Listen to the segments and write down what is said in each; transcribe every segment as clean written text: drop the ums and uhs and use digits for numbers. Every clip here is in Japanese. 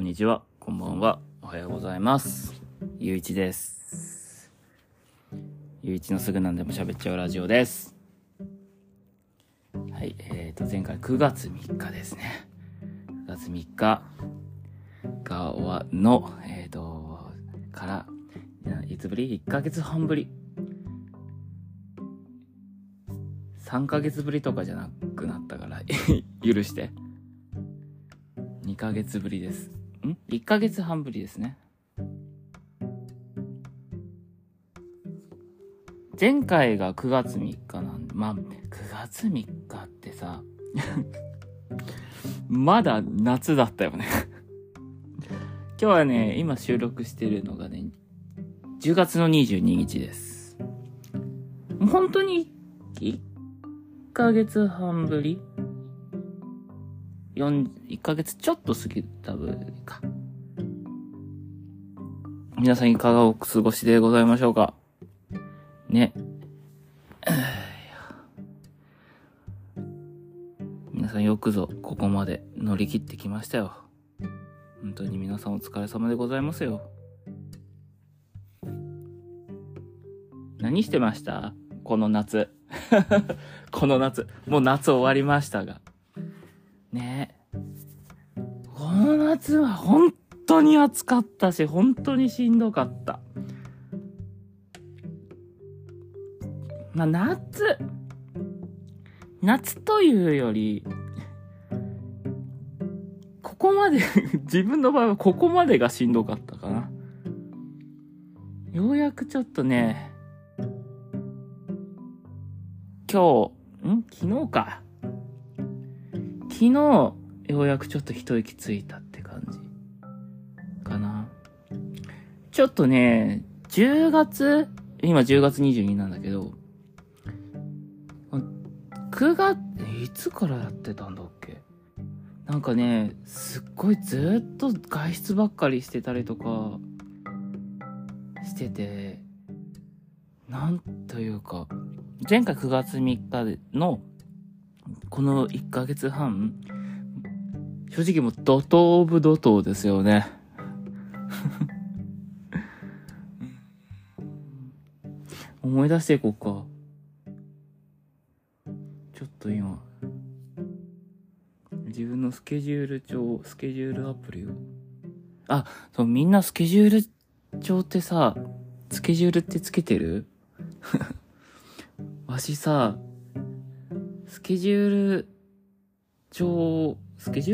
にちは、こんばんは、おはようございます。ゆういちです。ゆういちのすぐなんでも喋っちゃうラジオです。はい、前回9月3日ですね。9月3日の、から、いつぶり ?1 ヶ月半ぶり。3ヶ月ぶりとかじゃなくなったから許して。2ヶ月ぶりです。1ヶ月半ぶりですね。前回が9月3日なんで、9月3日ってさまだ夏だったよね今日はね、今収録してるのがね、10月の22日です。本当に1ヶ月半ぶり1ヶ月ちょっと過ぎたぶりか。皆さんいかがお過ごしでございましょうかね。皆さんよくぞここまで乗り切ってきましたよ。本当に皆さんお疲れ様でございますよ。何してましたこの夏この夏もう夏終わりましたがね。この夏は本当に暑かったし、本当にしんどかった。夏というより、ここまで自分の場合はここまでがしんどかったかな。ようやくちょっとね、昨日か。昨日、ようやくちょっと一息ついたって感じかな。ちょっとね、今10月22なんだけど、9月、いつからやってたんだっけ？なんかね、すっごいずっと外出ばっかりしてたりとかしてて、なんというか、前回9月3日のこの1ヶ月半、正直もう怒涛オブ怒涛ですよね思い出していこうか。ちょっと今自分のスケジュールアプリをそう、みんなスケジュール帳ってさ、スケジュールってつけてるわしさ、スケジュール帳スケジュ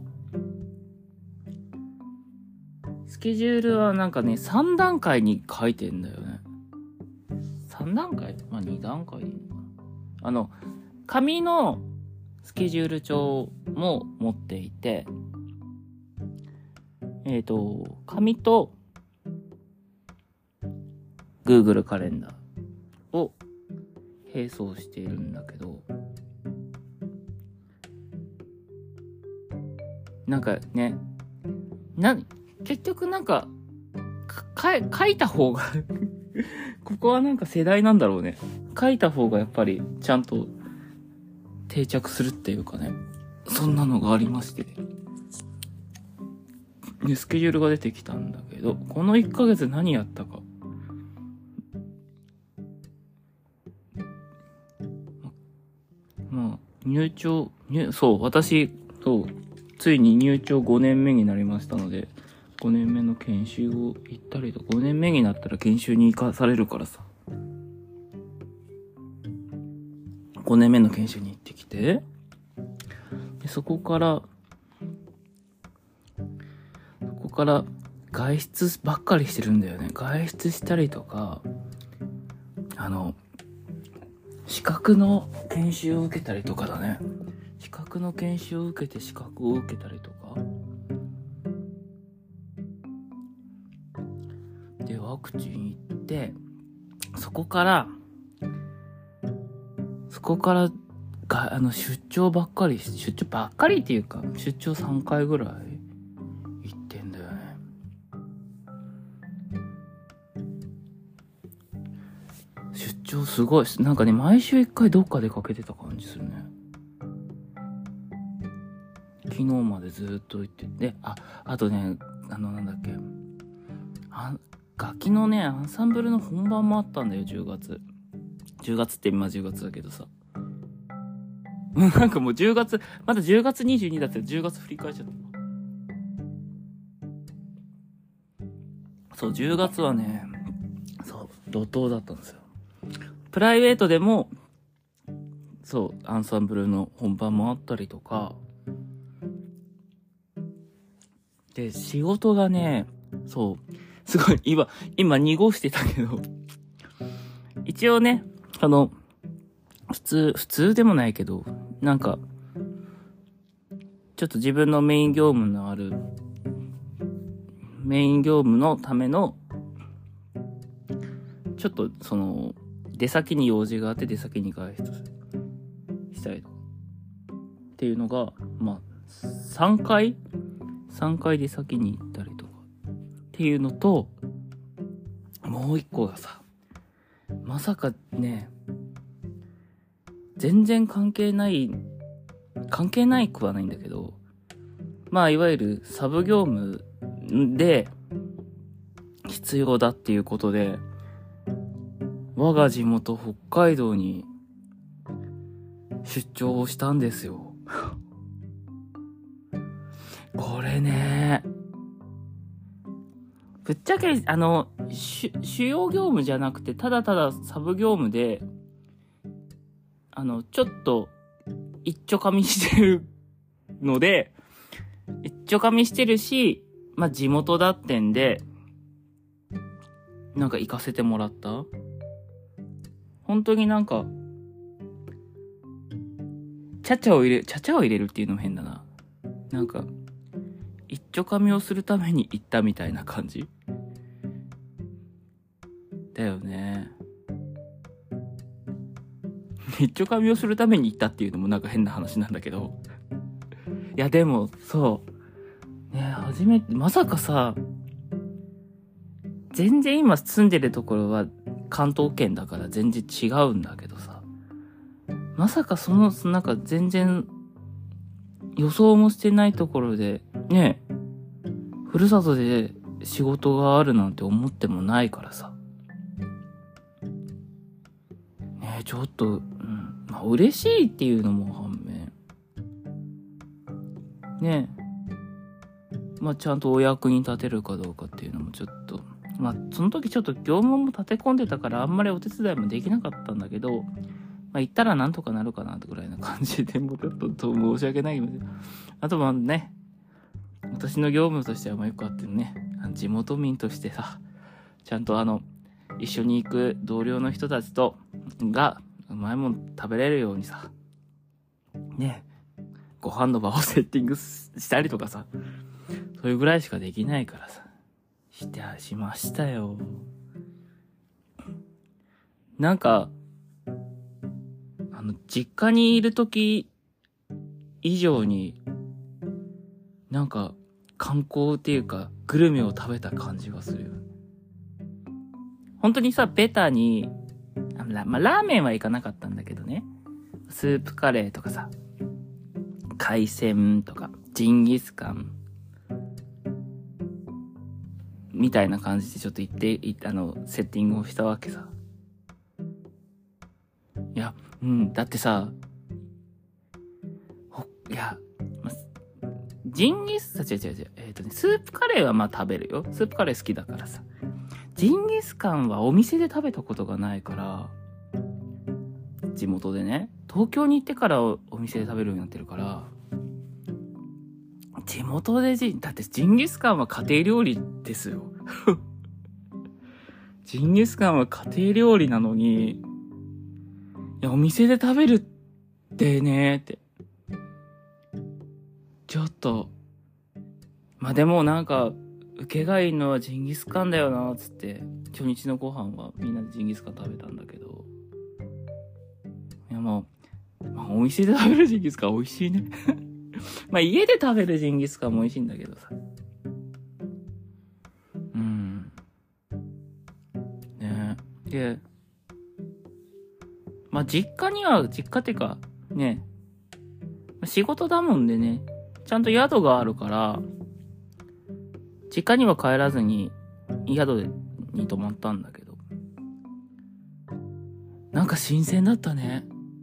ールはなんかね、3段階に書いてんだよね。3段階2段階でいいのかな。紙のスケジュール帳も持っていて、紙と Google カレンダーを並走しているんだけど、なんかね、結局なんか書いた方がここはなんか世代なんだろうね。書いた方がやっぱりちゃんと定着するっていうかね、そんなのがありまして、でスケジュールが出てきたんだけど、この1ヶ月何やったか、私ついに入庁5年目になりましたので、5年目の研修を行ったりと、5年目になったら研修に行かされるからさ、5年目の研修に行ってきて、でそこから外出ばっかりしてるんだよね。外出したりとか、資格の研修を受けたりとかだね。資格の研修を受けて資格を受けたりとかで、ワクチン行って、そこから出張ばっかりっていうか、出張3回ぐらい行ってんだよね。出張すごい。なんかね、毎週1回どっか出かけてた感じするね。 昨日までずっと行ってで、あとね、なんだっけ、楽器のねアンサンブルの本番もあったんだよ。10月って今10月だけどさ、なんかもう10月、まだ10月22だって10月振り返っちゃった。そう、10月はね、そう、怒涛だったんですよ。プライベートでも、そう、アンサンブルの本番もあったりとか、で、仕事がね、そう、すごい、今濁してたけど、一応ね、普通でもないけど、なんか、ちょっと自分のメイン業務のための、ちょっと出先に用事があって出先に外出したりとかっていうのが、まあ、3回出先に行ったりとかっていうのと、もう一個がさ、まさかね、全然関係ないくはないんだけど、まあいわゆるサブ業務で必要だっていうことで、我が地元北海道に出張をしたんですよ。これね、ぶっちゃけ主要業務じゃなくて、ただただサブ業務で、ちょっと一丁噛みしてるので、一丁噛みしてるし、まあ地元だってんで、なんか行かせてもらった。本当になんか、ちゃちゃを入れるっていうのも変だな。なんか、一丁噛みをするために行ったみたいな感じだよね。一丁噛みをするために行ったっていうのもなんか変な話なんだけど。いやでも、そう。ね、初めて、まさかさ、全然今住んでるところは関東圏だから全然違うんだけどさ。まさかなんか全然予想もしてないところで、ね、ふるさとで仕事があるなんて思ってもないからさ。ね、ちょっと、まあ嬉しいっていうのも反面。ね、まあちゃんとお役に立てるかどうかっていうのもちょっと、まあその時ちょっと業務も立て込んでたからあんまりお手伝いもできなかったんだけど、まあ行ったらなんとかなるかなぐらいな感じで、もうちょっと申し訳ないけど、あとまあね、私の業務としてはまあよくあってね、地元民としてさ、ちゃんと一緒に行く同僚の人たちがうまいもん食べれるようにさ、ね、ご飯の場をセッティングしたりとかさ、そういうぐらいしかできないからさ、しましたよ。なんか、実家にいる時以上に、なんか、観光っていうか、グルメを食べた感じがするよ。本当にさ、ベタに、まあ、ラーメンは行かなかったんだけどね。スープカレーとかさ、海鮮とか、ジンギスカン、みたいな感じでちょっとセッティングをしたわけさ。いや、だってさ、ジンギスカン、違う。スープカレーはまあ食べるよ。スープカレー好きだからさ。ジンギスカンはお店で食べたことがないから、地元でね、東京に行ってからお店で食べるようになってるから、地元でだってジンギスカンは家庭料理ですよ。ジンギスカンは家庭料理なのに、いや、お店で食べるってねって。ちょっと、まあ、でもなんか、受けがいいのはジンギスカンだよな、つって、初日のご飯はみんなでジンギスカン食べたんだけど、いやまあ、お店で食べるジンギスカン美味しいね。まあ、家で食べるジンギスカンも美味しいんだけどさ。ねえ。で、まあ、実家っていうか、ね、仕事だもんでね、 ちゃんと宿があるから、実家には帰らずに宿に泊まったんだけど、なんか新鮮だったね。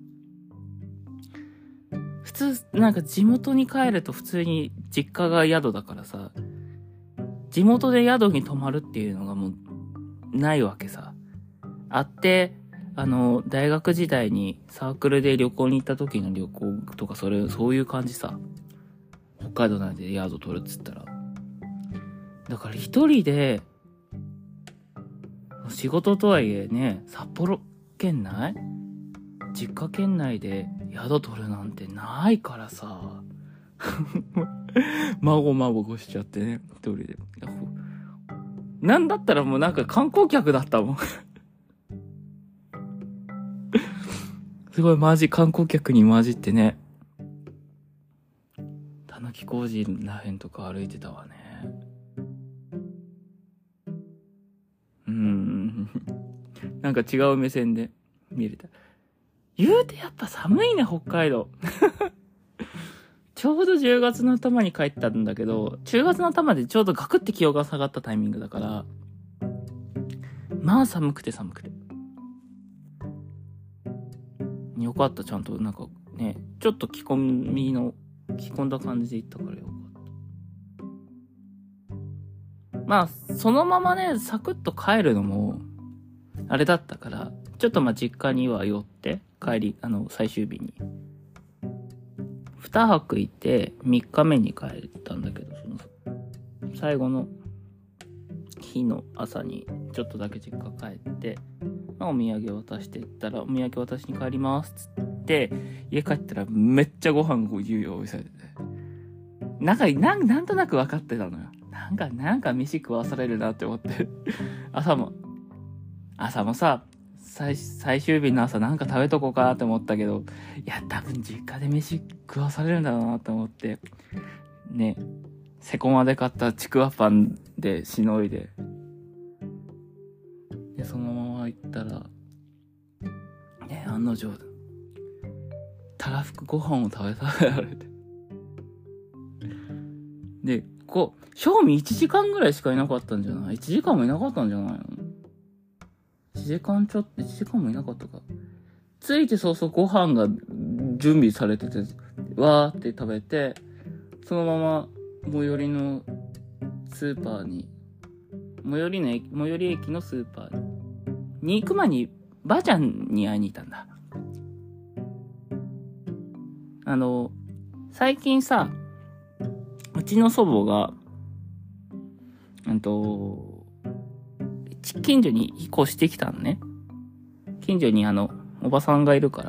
普通、なんか地元に帰ると普通に実家が宿だからさ、地元で宿に泊まるっていうのがもうないわけさ。あって、大学時代にサークルで旅行に行った時の旅行とかそういう感じさ。北海道内で宿取るっつったら。だから一人で、仕事とはいえね、札幌県内実家県内で宿取るなんてないからさ。まごまごしちゃってね、一人で。なんだったらもうなんか観光客だったもん。すごい観光客に混じってね。たぬき工事らへんとか歩いてたわね。なんか違う目線で見れた。言うてやっぱ寒いね、北海道。ちょうど10月の頭に帰ったんだけど、10月の頭でちょうどガクって気温が下がったタイミングだから、まあ寒くて。よかった、ちゃんとなんかね、ちょっと着込んだ感じで行ったからよかった。まあ、そのままね、サクッと帰るのも、あれだったから、ちょっと実家には寄って、最終日に。2泊いて、3日目に帰ったんだけど、最後の日の朝に、ちょっとだけ実家帰って、お土産渡していったら、お土産渡しに帰りますつって、家帰ったらめっちゃご飯用意されてて。なんとなく分かってたのよ。なんか飯食わされるなって思って。朝もさ、最終日の朝なんか食べとこうかなって思ったけど、いや、多分実家で飯食わされるんだろうなって思って、ね、セコマで買ったちくわパンでしのいで、で、そのまま行ったら、ね、案の定、たらふくご飯を食べられて。で、賞味1時間ぐらいしかいなかったんじゃない ?1 時間もいなかったんじゃないの ?1 時間もいなかったか。着いて早々ご飯が準備されてて、わーって食べて、そのまま最寄りのスーパーに、最寄り駅のスーパーに行く前に、ばあちゃんに会いに行ったんだ。最近さ、うちの祖母が、近所に引っ越してきたのね。近所におばさんがいるから、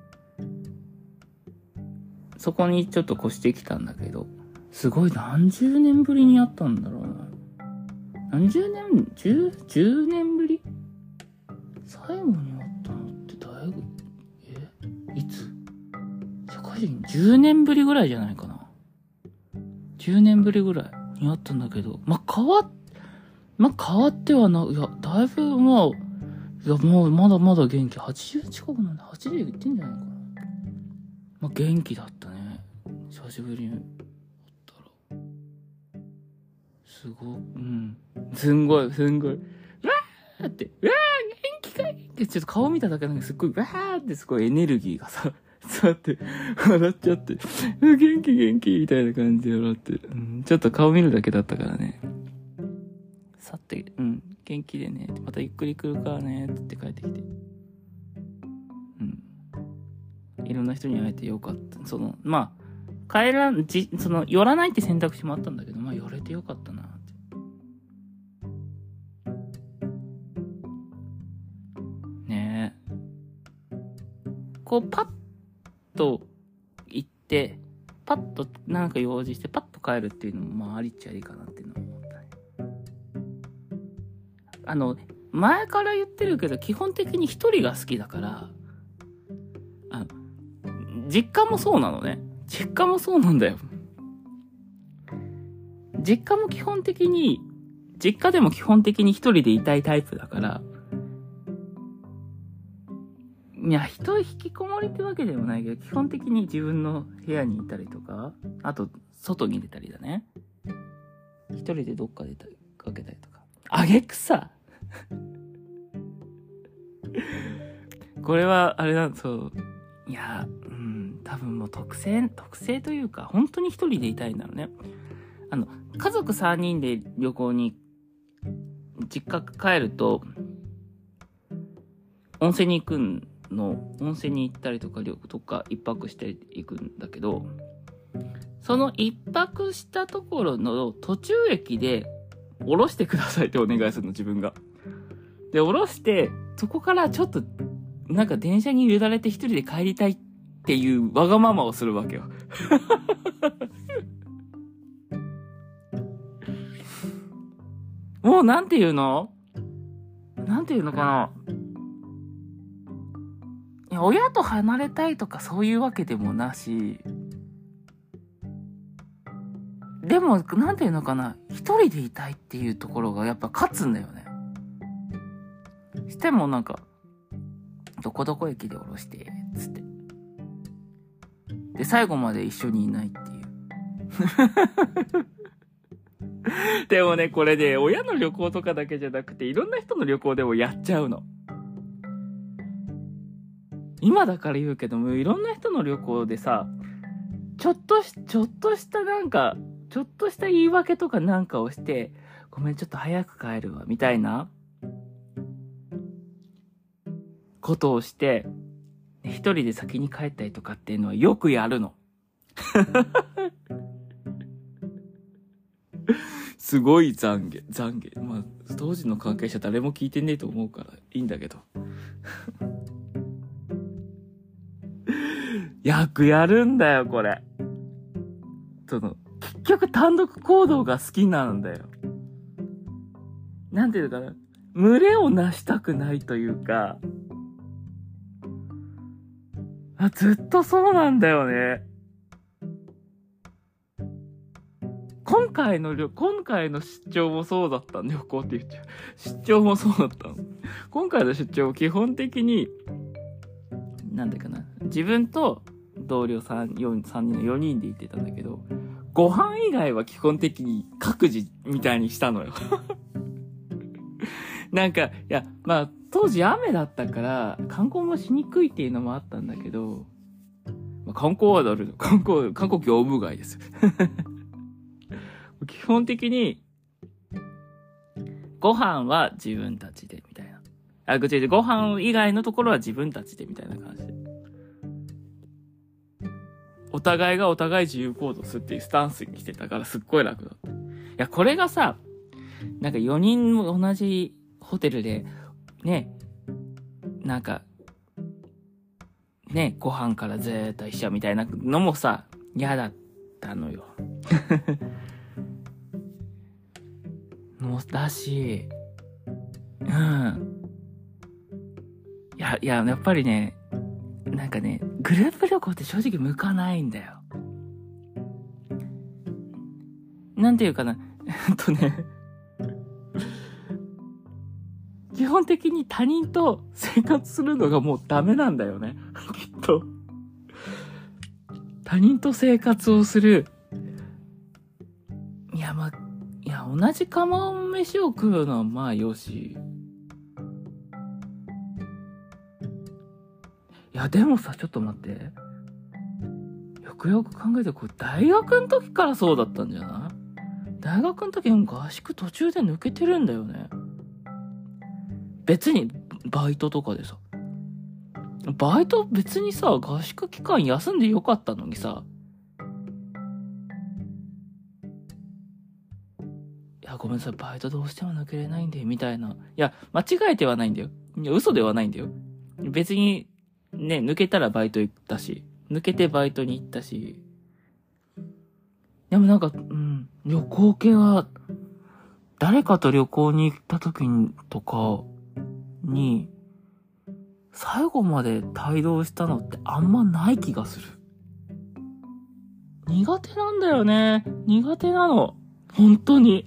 そこにちょっと越してきたんだけど、すごい何十年ぶりに会ったんだろうな。10年ぶり最後に会ったのっていつ社会人10年ぶりぐらいじゃないかな。10年ぶりぐらいに会ったんだけど、変わってはな、いや、だいぶいや、もうまだまだ元気。80近くなんで、80いってんじゃないかな。元気だったね。久しぶりに会ったら。すんごい。うわーって、うわー元気かいって、ちょっと顔見ただけなんかすっごい、うわーってすごいエネルギーがさ、って、笑っちゃって、元気みたいな感じで笑ってる。ちょっと顔見るだけだったからね。さって、元気でね、またゆっくり来るからね、って帰ってきて。いろんな人に会えてよかった。寄らないって選択肢もあったんだけど、寄れてよかったなって。ねえ。パッと行って、パッとなんか用事して、パッと帰るっていうのも、ありっちゃありかなっていうのも思ったね。前から言ってるけど、基本的に一人が好きだから、実家もそうなのね。実家もそうなんだよ。実家でも基本的に一人でいたいタイプだから、 いや、人引きこもりってわけでもないけど、基本的に自分の部屋にいたりとか、あと、外に出たりだね。一人でどっか出かけたりとか。あげくさこれは、あれだ、そう。いや、多分もう特性というか、本当に一人でいたいんだろうね。家族3人で旅行に、実家帰ると、温泉に行ったりとか、どっか一泊していくんだけど、その一泊したところの途中駅で、降ろしてくださいってお願いするの、自分が。で、降ろして、そこからちょっと、なんか電車に委ねて一人で帰りたいっていうわがままをするわけよ。もうなんていうのかな。いや、親と離れたいとかそういうわけでもなし、でも、なんていうのかな。一人でいたいっていうところがやっぱ勝つんだよね。してもなんか、どこどこ駅で降ろして、つって。で、最後まで一緒にいないっていう。でもね、これね、親の旅行とかだけじゃなくて、いろんな人の旅行でもやっちゃうの。今だから言うけども、いろんな人の旅行でさ、ちょっとした言い訳とかなんかをして、ごめん、ちょっと早く帰るわ、みたいなことをして、一人で先に帰ったりとかっていうのはよくやるの。すごい懺悔。まあ、当時の関係者誰も聞いてねえと思うからいいんだけど。よくやるんだよ、これ。結局単独行動が好きなんだよ。なんていうのかな。群れをなしたくないというか、ずっとそうなんだよね。今回の出張もそうだったんだよ。旅行って言っちゃう。出張もそうだったの。今回の出張基本的に、なんだかな。自分と同僚3人の4人で行ってたんだけど、ご飯以外は基本的に各自みたいにしたのよ。なんか、いや、まあ、当時雨だったから、観光もしにくいっていうのもあったんだけど、まあ、観光業務外です。基本的に、ご飯は自分たちで、みたいな。ご飯以外のところは自分たちで、みたいな感じで。お互いがお互い自由行動するっていうスタンスにしてたからすっごい楽だった。いや、これがさ、なんか4人も同じホテルで、ね、なんか、ね、ご飯からずーっと一緒みたいなのもさ、嫌だったのよ。だし、やっぱりね、なんかね、グループ旅行って正直向かないんだよ。なんていうかな、基本的に他人と生活するのがもうダメなんだよね。きっと。他人と生活をする。同じ釜飯を食うのはまあよし。いや、でもさ、ちょっと待って。よくよく考えて、これ大学の時からそうだったんじゃない？大学の時も合宿途中で抜けてるんだよね。別に、バイトとかでさ。バイト別にさ、合宿期間休んでよかったのにさ。いや、ごめんなさい、バイトどうしても抜けれないんで、みたいな。いや、間違えてはないんだよ。いや、嘘ではないんだよ。別に、ね、抜けたらバイト行ったし、抜けてバイトに行ったし。でもなんか、旅行系は、誰かと旅行に行った時とかに、最後まで帯同したのってあんまない気がする。苦手なんだよね。苦手なの。本当に。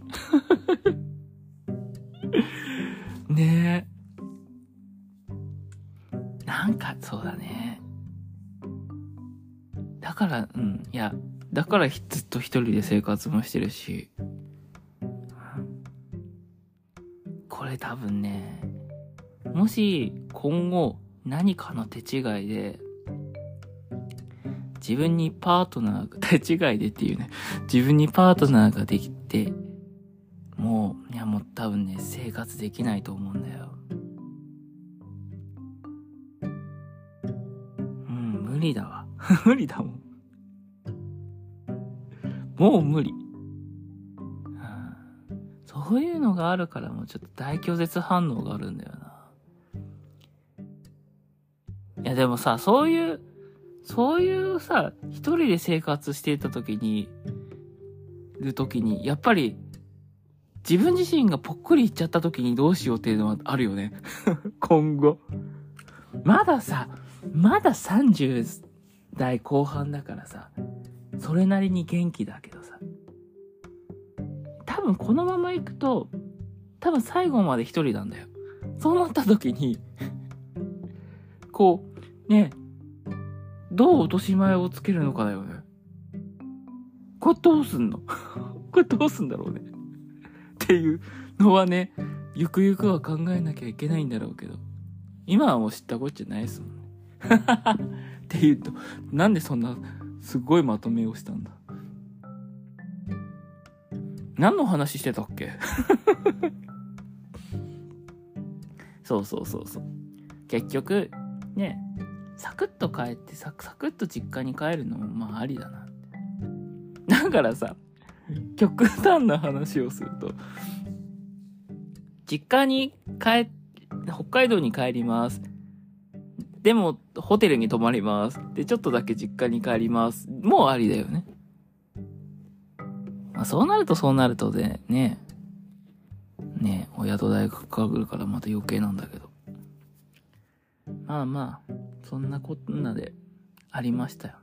ねえ。 なんかそうだね。だからだからずっと一人で生活もしてるし、これ多分ね、もし今後何かの手違いで自分にパートナーが手違いでっていうね、自分にパートナーができて、もう多分ね、生活できないと思うんだよ。無理だわ。無理だもん。もう無理。そういうのがあるからもうちょっと大拒絶反応があるんだよな。いやでもさ、そういうさ、一人で生活していた時に、やっぱり、自分自身がぽっくりいっちゃった時にどうしようっていうのはあるよね。今後。まだ30代後半だからさ、それなりに元気だけどさ、多分このまま行くと、多分最後まで一人なんだよ。そうなった時に、こう、ね、どう落とし前をつけるのかだよね。これどうすんのこれどうすんだろうね。っていうのはね、ゆくゆくは考えなきゃいけないんだろうけど、今はもう知ったこっちゃないですもんね。っていうと、なんでそんなすごいまとめをしたんだ。何の話してたっけそう。結局、ね、サクッと帰ってサクッと実家に帰るのもまあありだな。だからさ、極端な話をすると、実家に北海道に帰ります。でも、ホテルに泊まります。で、ちょっとだけ実家に帰ります。もうありだよね。まあ、そうなるとで、ね、お宿代がかかるからまた余計なんだけど。まあ、そんなこんなでありましたよ。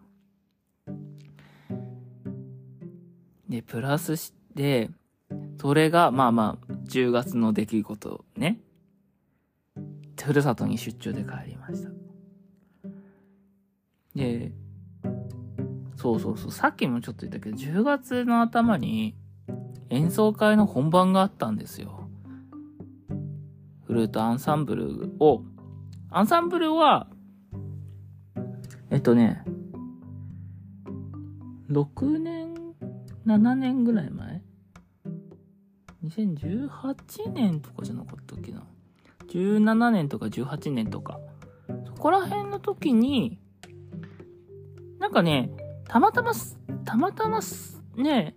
で、プラスして、それが、10月の出来事ね。ふるさとに出張で帰りました。で、そう、さっきもちょっと言ったけど、10月の頭に演奏会の本番があったんですよ。フルートアンサンブルは、6年、7年ぐらい前 ?2018 年とかじゃなかったっけな。17年とか18年とか。そこら辺の時に、なんかね、たまたまね、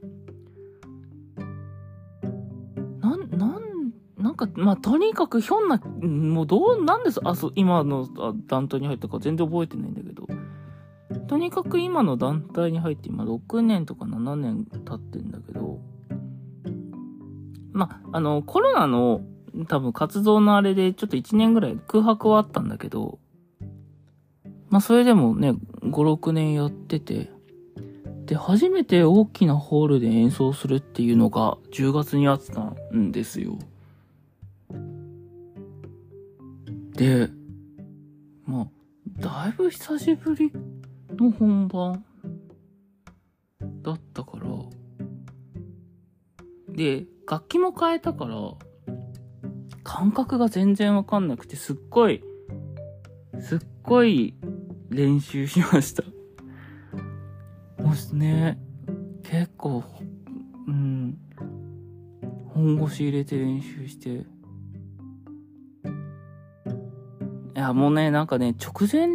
なんか、とにかくひょんな、もうなんで今の団体に入ったか全然覚えてないんだけど、とにかく今の団体に入って今6年とか7年経ってんだけど、コロナの多分活動のあれでちょっと1年ぐらい空白はあったんだけど、それでもね、5、6年やってて、で、初めて大きなホールで演奏するっていうのが10月にあったんですよ。で、だいぶ久しぶりの本番だったから、で、楽器も変えたから、感覚が全然わかんなくて、すっごい練習しました。もしね、結構、本腰入れて練習して。いや、もうね、なんかね、直前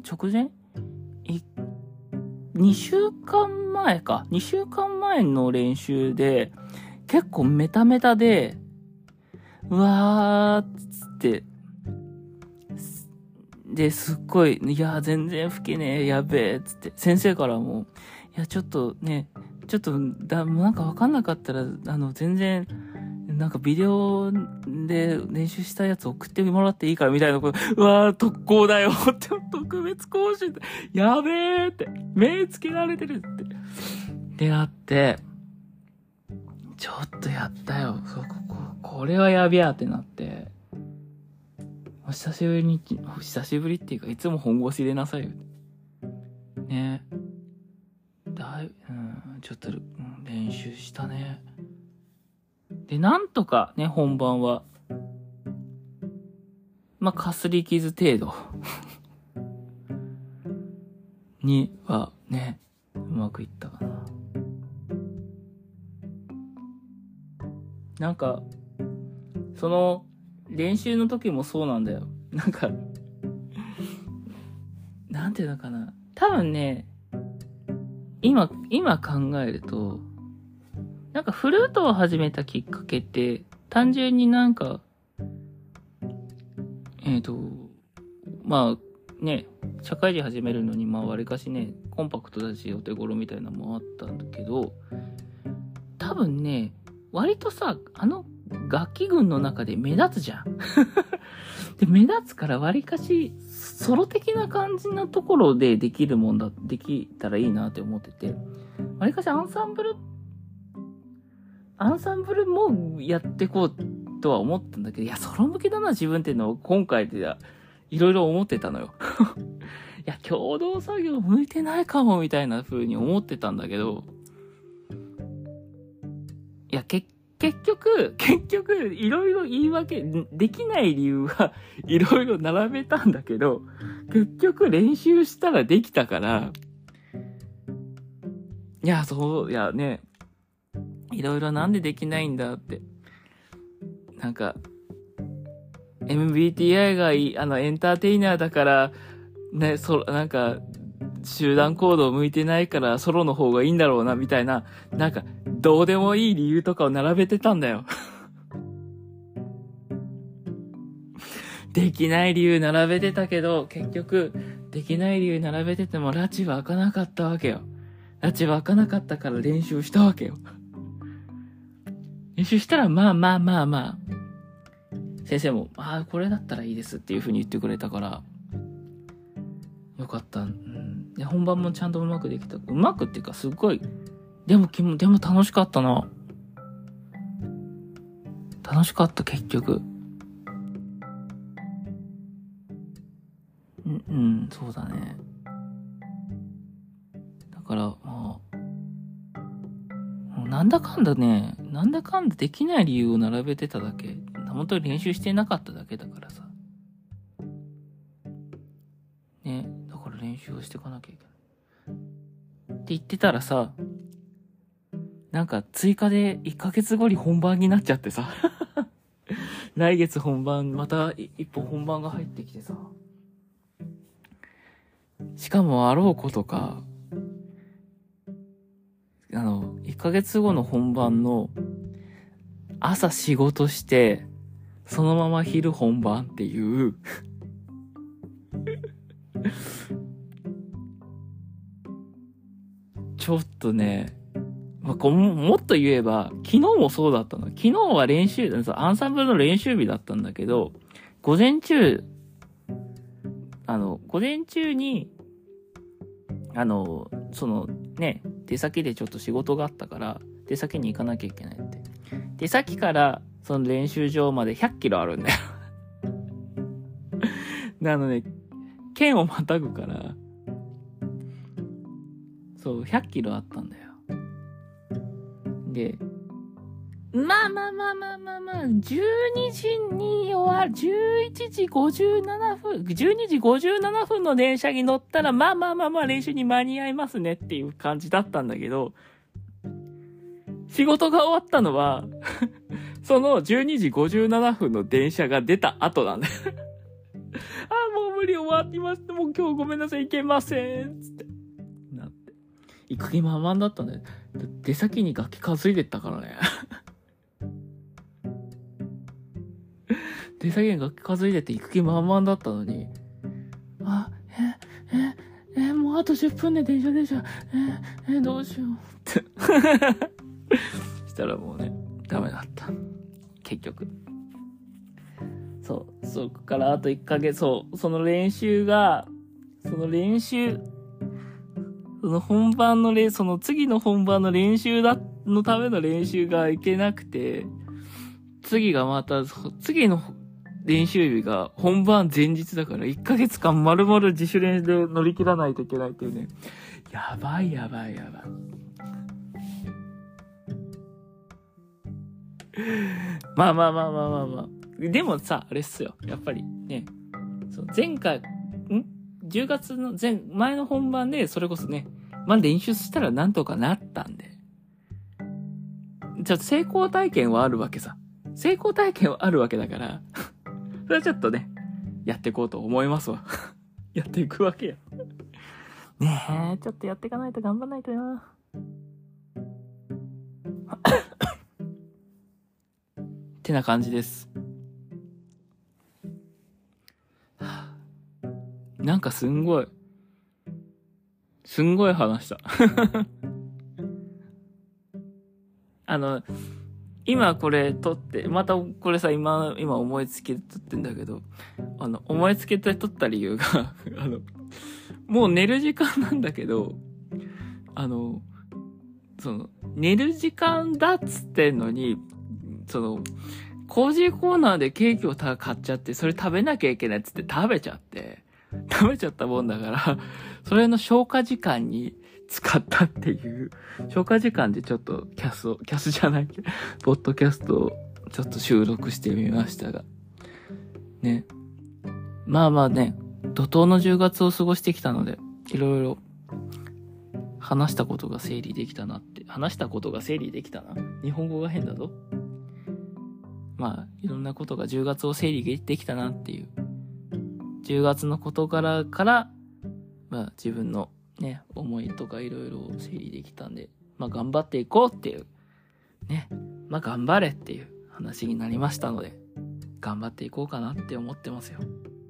?2 週間前か。2週間前の練習で、結構メタメタで、うわーっつって、で、すっごい、いや、全然吹けねえ、やべえ、つって、先生からも、いや、ちょっとなんかわかんなかったら、全然、なんかビデオで練習したやつ送ってもらっていいからみたいなこと、うわー、特攻だよって、特別講習って、やべえって、目つけられてるって。であって、ちょっとやったよ。これはやべえってなって。 お久しぶりっていうか、いつも本腰入れなさいよ。ね。ちょっと、練習したね。で、なんとかね、本番は、まあ、かすり傷程度にはね、うまくいったかな。なんか、その、練習の時もそうなんだよ。なんか、なんていうのかな。多分ね、今考えると、なんかフルートを始めたきっかけって、単純になんか、まあね、社会人始めるのに、まあ割かしね、コンパクトだしお手頃みたいなのもあったんだけど、多分ね、割とさ、楽器群の中で目立つじゃん。で、目立つから割かし、ソロ的な感じのところでできたらいいなって思ってて、割かしアンサンブルもやってこうとは思ったんだけど、いや、ソロ向けだな、自分っていうのを今回でいろいろ思ってたのよ。いや、共同作業向いてないかも、みたいな風に思ってたんだけど、いや、結局、いろいろ言い訳、できない理由はいろいろ並べたんだけど、結局練習したらできたから、いや、ね、いろいろなんでできないんだって。なんか、MBTI がエンターテイナーだから、ね、なんか、集団行動向いてないからソロの方がいいんだろうな、みたいな、なんか、どうでもいい理由とかを並べてたんだよ。できない理由並べてたけど、結局、できない理由並べてても、拉致は開かなかったわけよ。拉致は開かなかったから練習したわけよ。練習したら、まあ、先生も、これだったらいいですっていう風に言ってくれたから、よかった。で、本番もちゃんとうまくできた。うまくっていうか、すっごい、でも楽しかったな。楽しかった、結局。そうだね。だから、なんだかんだできない理由を並べてただけ。本当に練習してなかっただけだからさ。ね、だから練習をしていかなきゃいけない。って言ってたらさ、なんか追加で1ヶ月後に本番になっちゃってさ。来月本番、また一本本番が入ってきてさ。しかもあろうことか、1ヶ月後の本番の朝仕事して、そのまま昼本番っていう、ちょっとね、もっと言えば、昨日もそうだったの。昨日はアンサンブルの練習日だったんだけど、午前中に、出先でちょっと仕事があったから、出先に行かなきゃいけないって。出先から、その練習場まで100キロあるんだよ。なので、県をまたぐから、そう、100キロあったんだよ。で、まあ、12時に11時57分、12時57分の電車に乗ったら、まあ、練習に間に合いますねっていう感じだったんだけど、仕事が終わったのは、その12時57分の電車が出た後なんだよ。もう無理終わりました。もう今日ごめんなさい、行けません。つって。なって。行く気満々だったんだよ。出先に楽器担いでったからね。出先に楽器担いでて行く気満々だったのに、もうあと10分で電車でしょ。どうしよう。ってしたらもうね、ダメだった。結局。そう。そこからあと1ヶ月、その本番のその次の本番の練習のための練習がいけなくて、次の練習日が本番前日だから1ヶ月間丸々自主練で乗り切らないといけないっていうね。やばい。まあ。でもさ、あれっすよ。やっぱりね、そう前回、10月の前の本番で、それこそね、まあ練習したらなんとかなったんで。ちょっと成功体験はあるわけさ。成功体験はあるわけだから、それはちょっとね、やっていこうと思いますわ。やっていくわけよ。ねえ、ちょっとやっていかないと頑張んないとな。ってな感じです。なんかすんごい話した。今これ撮って、またこれさ、今思いつきで撮ってんだけど、思いつきで撮った理由が、もう寝る時間なんだけど、寝る時間だっつってんのに、コージーコーナーでケーキを買っちゃって、それ食べなきゃいけないっつって食べちゃったもんだから、それの消化時間に使ったっていう、消化時間でちょっとポッドキャストをちょっと収録してみましたが。ね。まあね、怒涛の10月を過ごしてきたので、いろいろ話したことが整理できたな。日本語が変だぞ。まあ、いろんなことが10月を整理できたなっていう。10月の事柄から、まあ自分のね、思いとかいろいろ整理できたんで、まあ頑張っていこうっていう、ね、まあ頑張れっていう話になりましたので、頑張っていこうかなって思ってますよ。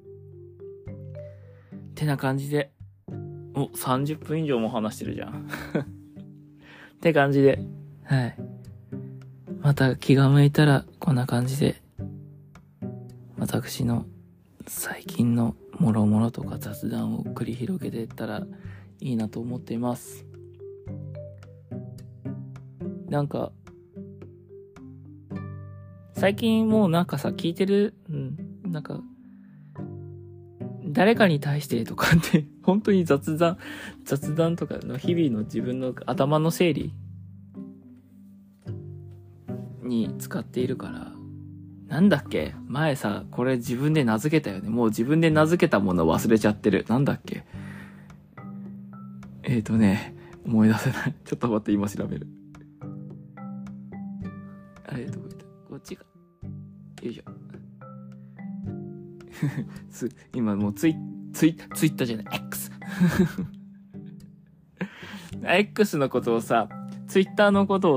ってな感じで、30分以上も話してるじゃん。って感じで、はい。また気が向いたらこんな感じで、私の最近のもろもろとか雑談を繰り広げていったらいいなと思っています。なんか最近もうなんかさ、聞いてる、なんか誰かに対してとかって本当に雑談とかの日々の自分の頭の整理に使っているから、なんだっけ、前さ、これ自分で名付けたよね。もう自分で名付けたもの忘れちゃってる。なんだっけ。思い出せない。ちょっと待って、今調べる。どこ行った？こっちか。よいしょ。今もうツイッターじゃない、X。X のことをさ、ツイッターのこと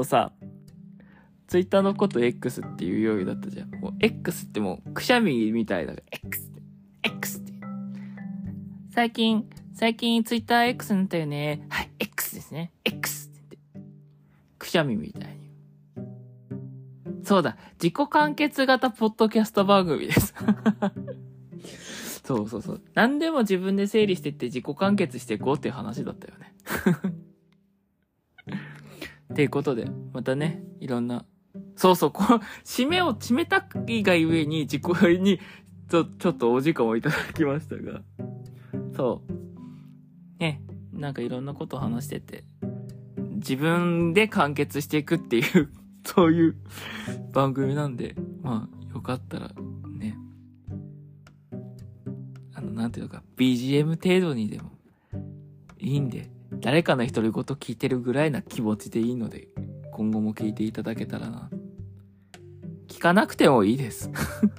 X っていうようだったじゃん。もう X ってもうくしゃみみたいだから X って。最近ツイッター X になったよね。はい、X ですね。X って言って。くしゃみみたいに。そうだ、自己完結型ポッドキャスト番組です。そう。何でも自分で整理してって自己完結していこうっていう話だったよね。っていうことで、またね、いろんな、この締めたいがゆえにちょっとお時間をいただきましたが、ね、なんかいろんなことを話してて、自分で完結していくっていう、そういう番組なんで、まあ、よかったら、ね、なんていうのか、BGM 程度にでもいいんで、誰かの独り言聞いてるぐらいな気持ちでいいので、今後も聞いていただけたらな。聞かなくてもいいです。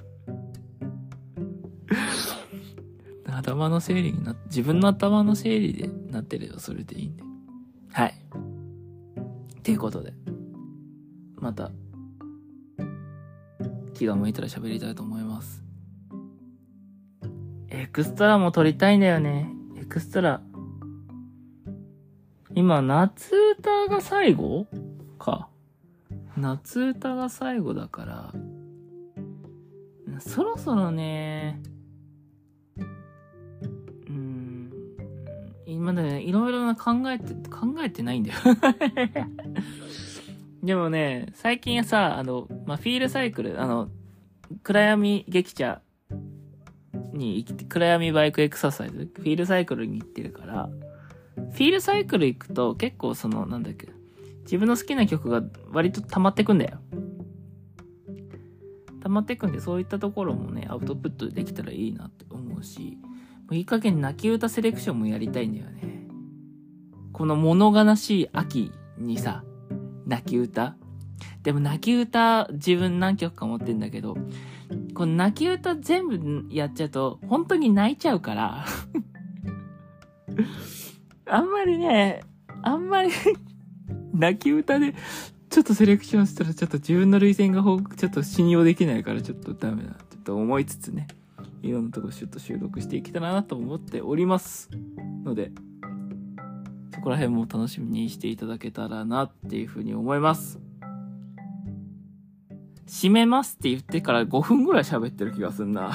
自分の頭の整理でなってればそれでいいんで。はい。っていうことで、また、気が向いたら喋りたいと思います。エクストラも撮りたいんだよね。エクストラ。今、夏歌が最後か。夏歌が最後だから、そろそろね、今ね、いろいろな考えてないんだよ。でもね、最近さ、フィールサイクル、暗闇劇茶に行って、暗闇バイクエクササイズ、フィールサイクルに行ってるから、フィールサイクル行くと結構なんだっけ、自分の好きな曲が割と溜まってくんだよ。溜まってくんで、そういったところもね、アウトプットできたらいいなって思うし、もういい加減泣き歌セレクションもやりたいんだよね。この物悲しい秋にさ、泣き歌。でも泣き歌自分何曲か持ってんだけど、この泣き歌全部やっちゃうと本当に泣いちゃうからあんまり泣き歌でちょっとセレクションしたらちょっと自分の涙腺がちょっと信用できないからちょっとダメだちょっと思いつつね、いろんなとこちょっと収録していけたらなと思っておりますので、そこら辺も楽しみにしていただけたらなっていうふうに思います。締めますって言ってから5分ぐらい喋ってる気がすんな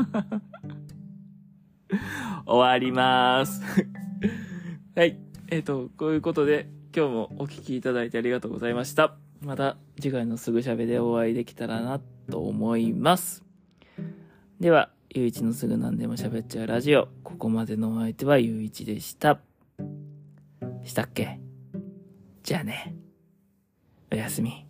終わりますはい、こういうことで今日もお聞きいただいてありがとうございました。また次回のすぐしゃべでお会いできたらなと思います。では、ゆういちのすぐなんでも喋っちゃうラジオ、ここまでのお相手はゆういちでした。したっけ？じゃあね。おやすみ。